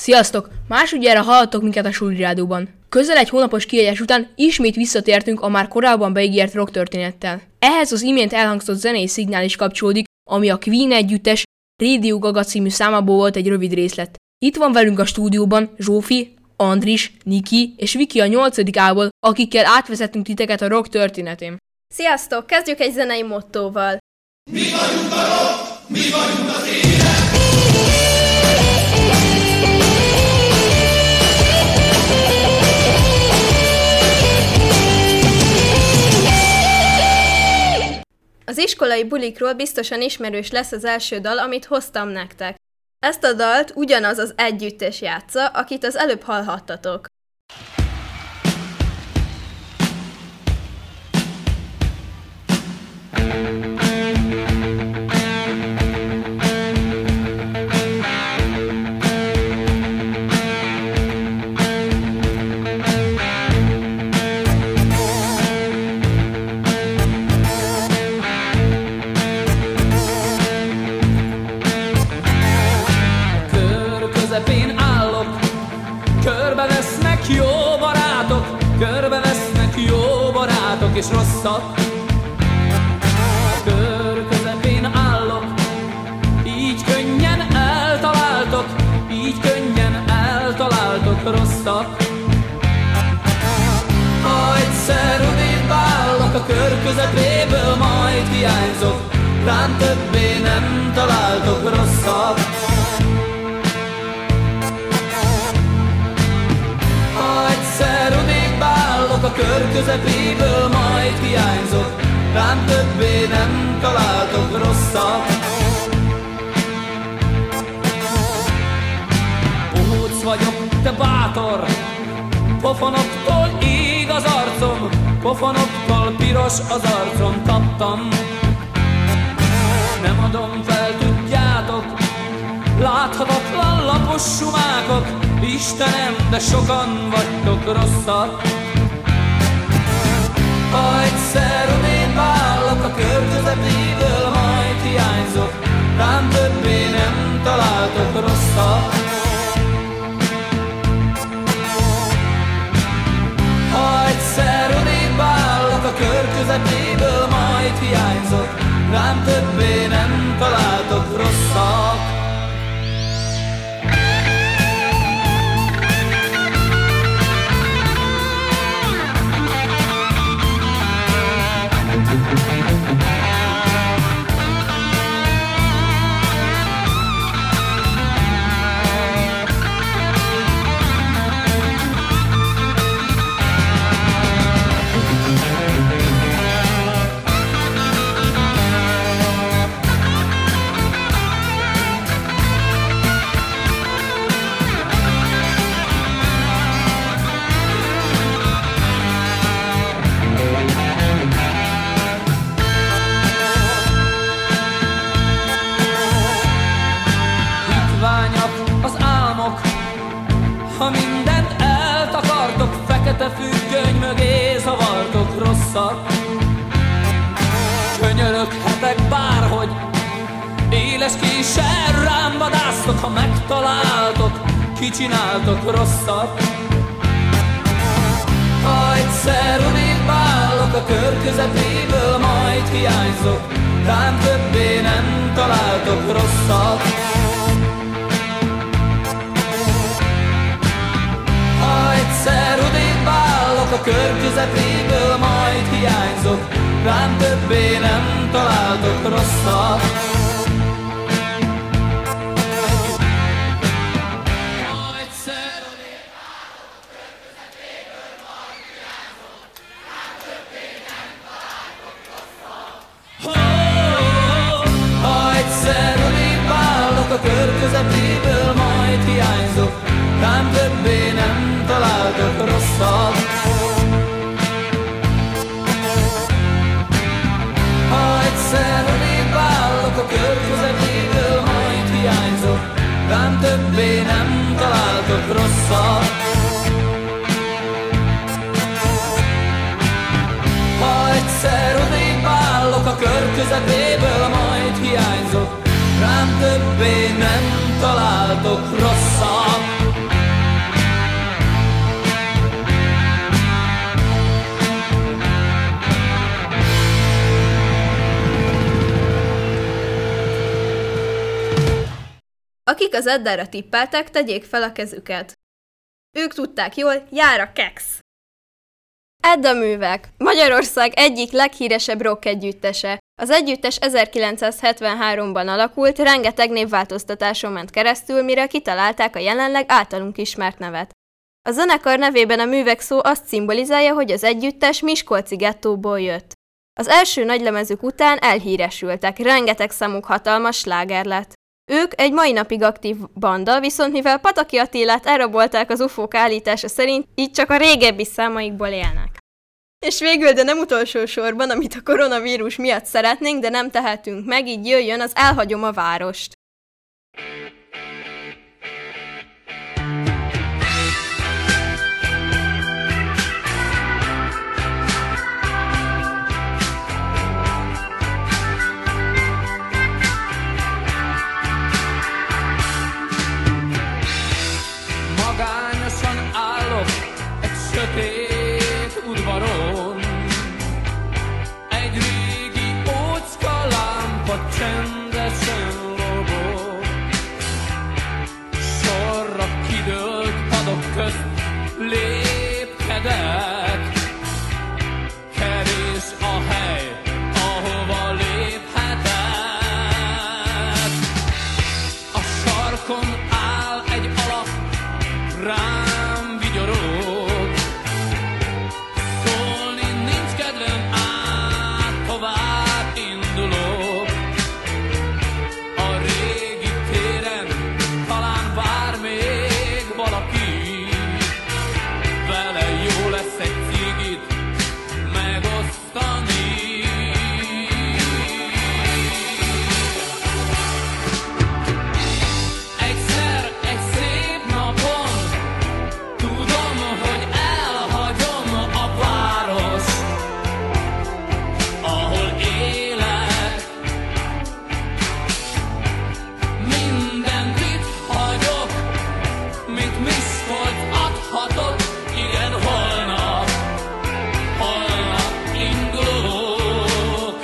Sziasztok! Másodjára hallhattok minket a Suli Rádióban. Közel egy hónapos kiadás után ismét visszatértünk a már korábban beígért rock történettel. Ehhez az imént elhangzott zenei szignál is kapcsolódik, ami a Queen együttes Radio Gaga című számából volt egy rövid részlet. Itt van velünk a stúdióban Zsófi, Andris, Niki és Viki a 8. A-ból, akikkel átvezetünk titeket a rock történetén. Sziasztok! Kezdjük egy zenei mottóval. Mi vagyunk a rock, mi vagyunk az élet! Az iskolai bulikról biztosan ismerős lesz az első dal, amit hoztam nektek. Ezt a dalt ugyanaz az együttes játsza, akit az előbb hallhattatok. És rosszak, kör közepén állok, így könnyen eltaláltok, rosszak. Ha egyszer odébb állok a kör közepéből, majd hiányzok, rám többé nem találtok, rosszak. Ha egyszer odébb állok a kör közepéből, majd hiányzok, rám többé nem találtok, rosszak. Bohóc vagyok, te bátor, pofonoktól ég az arcom, pofonoktól piros az arcom, kaptam. Nem adom fel, tudjátok, láthatatlan lapos sumákok, Istenem, de sokan vagytok, rosszak. Ha egyszer odébb állok a kör közepéből, majd hiányzok, rám többé nem találtok, rosszak. Ha egyszer odébb állok a kör közepéből, majd hiányzok, rám többé nem találtok, rosszak. Ha mindent eltakartok, fekete függöny mögé zavartok, rosszak. Könyöröghetek bárhogy, éles késsel rám vadásztok, ha megtaláltok, kicsináltok, rosszak. Ha egyszer odébb állok a kör közepéből, majd hiányzok, rám többé nem találtok, rosszak. Ha egyszer odébb állok a kör közepéből, majd hiányzok, rám többé nem találtok, rosszak. Ha egyszer odébb állok a kör közepéből, majd hiányzok, rám többé nem találtok, rosszak. Ha egyszer odébb állok a kör közepéből, majd hiányzok, rám többé nem találtok, rosszak. Ha egyszer odébb állok a kör közepéből, majd hiányzok, rám többé nem találtok, rosszak. Ha egyszer odébb állok a kör közepéből, majd hiányzok, rám többé nem találtok, rosszak. Akik az Eddára tippeltek, tegyék fel a kezüket. Ők tudták jól, jár a keksz! Edda művek, Magyarország egyik leghíresebb rock együttese. Az együttes 1973-ban alakult, rengeteg névváltoztatáson ment keresztül, mire kitalálták a jelenleg általunk ismert nevet. A zenekar nevében a művek szó azt szimbolizálja, hogy az együttes miskolci gettóból jött. Az első nagylemezük után elhíresültek, rengeteg számuk hatalmas sláger lett. Ők egy mai napig aktív banda, viszont mivel Pataki Attilát elrabolták az UFO-k állítása szerint, így csak a régebbi számaikból élnek. És végül, de nem utolsó sorban, amit a koronavírus miatt szeretnénk, de nem tehetünk meg, így jöjjön az Elhagyom a várost. Magányosan állok egy sötét udvaron, egy régi ócska lámpa csendesen lobog. Sorra kidőlt padok közt lépkedek, kevés a hely, ahova léphetek. A sarkon áll egy alak, rám vigyorog, szólni nincs kedvem, tovább indulok. A régi téren talán vár még valaki, vele jó lesz egy cigit megosztani. Egyszer egy szép napon tudom, hogy elhagyom a várost, ahol élek. Mindent itt hagyok, mit Miskolc adhatott. Igen, holnap indulok.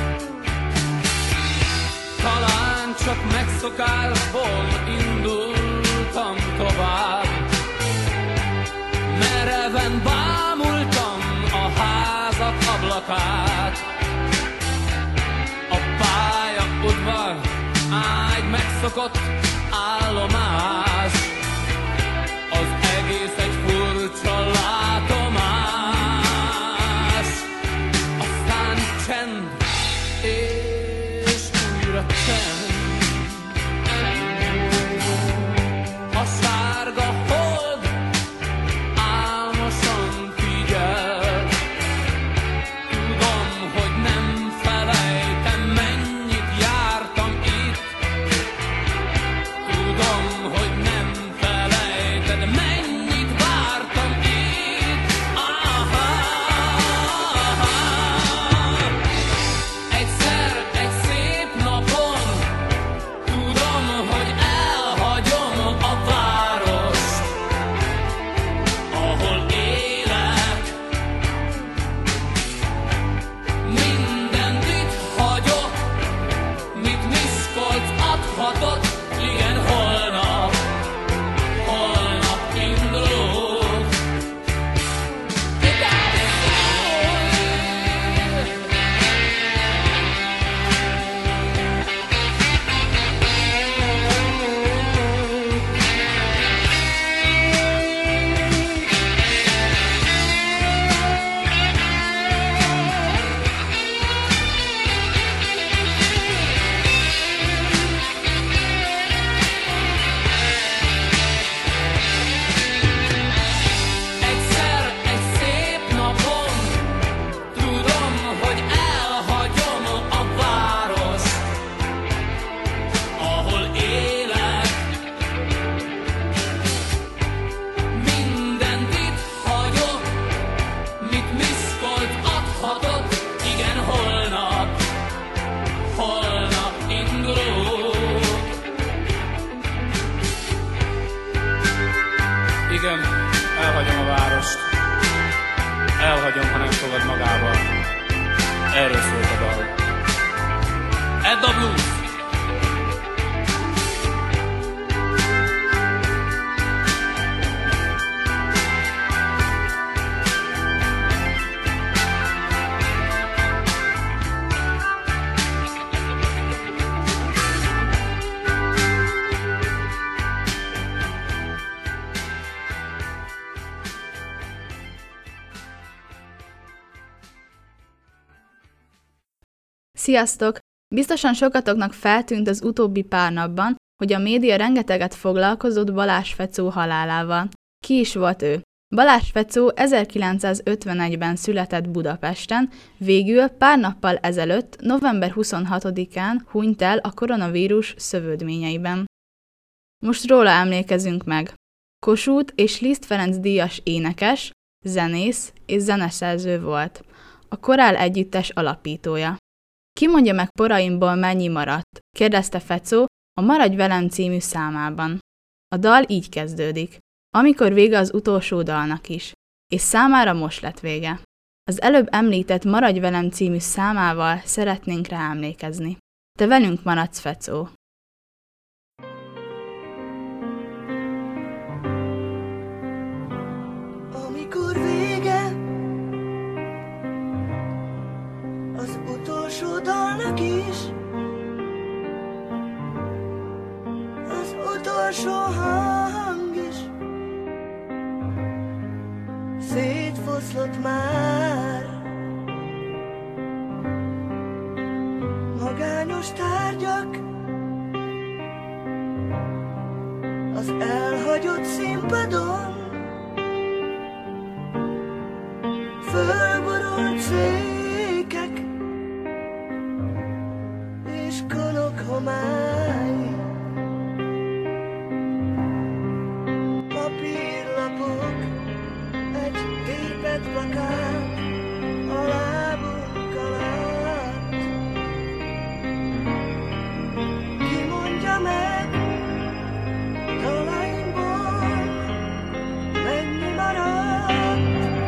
Talán csak megszokásból indultam tovább, mereven bámultam a házak ablakát. A pályaudvar egy megszokott állomás, az egész egy furcsa látomás. Aztán csend, és újra csend. A sárga hold álmosan figyel. Tudom, hogy nem felejtem, mennyit jártam itt. Tudom, hogy nem felejted, mennyit vártam itt. Egyszer egy szép napon tudom, hogy elhagyom a várost, ahol élek. Mindent itt hagyok, mit Miskolc adhatott. Igen, holnap indulok. Egyszer egy szép napon tudom, hogy elhagyom a várost, ahol élek. Mindent itt hagyok, mit Miskolc adhatott. Igen, holnap indulok. Igen, elhagyom a várost. Elhagyom, ha nem fogad magával. Erről szólt a dal. Edda Blues. Sziasztok! Biztosan sokatoknak feltűnt az utóbbi pár napban, hogy a média rengeteget foglalkozott Balázs Fecó halálával. Ki is volt ő? Balázs Fecó 1951-ben született Budapesten, végül pár nappal ezelőtt, november 26-án hunyt el a koronavírus szövődményeiben. Most róla emlékezünk meg. Kossuth és Liszt Ferenc díjas énekes, zenész és zeneszerző volt. A Korál együttes alapítója. Ki mondja meg poraimból mennyi maradt? Kérdezte Fecó a Maradj velem című számában. A dal így kezdődik. Amikor vége az utolsó dalnak is. És számára most lett vége. Az előbb említett Maradj velem című számával szeretnénk rá emlékezni. Te velünk maradsz, Fecó. Amikor vége az utolsó dalnak is, az utolsó hang is szétfoszlott már. Magányos tárgyak az elhagyott színpadon, fölborult székek és konok homály, papírlapok, egy tépet plakát a lábunk alatt. Ki mondja meg dalaimból mennyi maradt?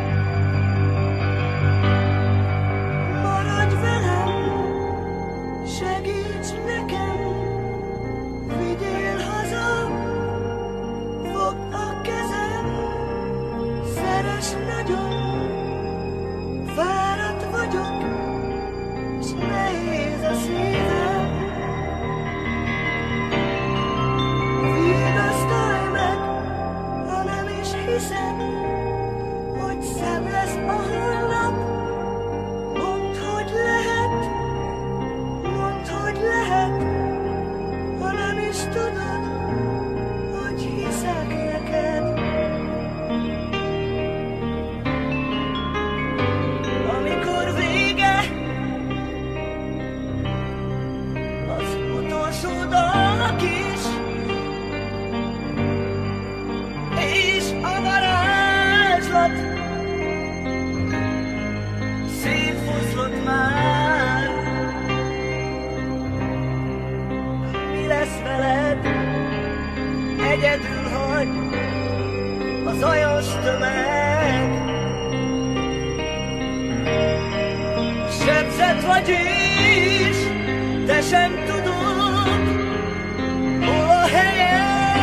Maradj velem, segíts nekem, vigyél haza, fogd a kezem, szeress nagyon, fáradt vagyok, s nehéz a szívem. Vigasztalj meg, ha nem is hiszem, hogy szebb lesz a holnap. Mondd, hogy lehet, ha nem is tudod, hogy hiszek neked. Amikor vége az utolsó dalnak is, és a varázslat szétfoszlott már. Mi lesz veled? Egyedül hagy a zajos tömeg. Sebzett vagy is, de sem tudod, hol a helyed.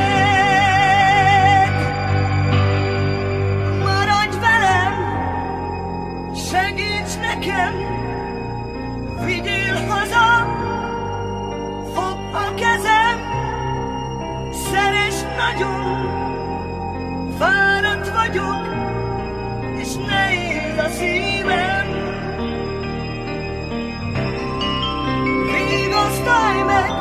Maradj velem, segíts nekem, vigyél haza, fogd a kezem, szeress nagyon, fáradt vagyok, és nehéz a szívem. Vigasztalj meg,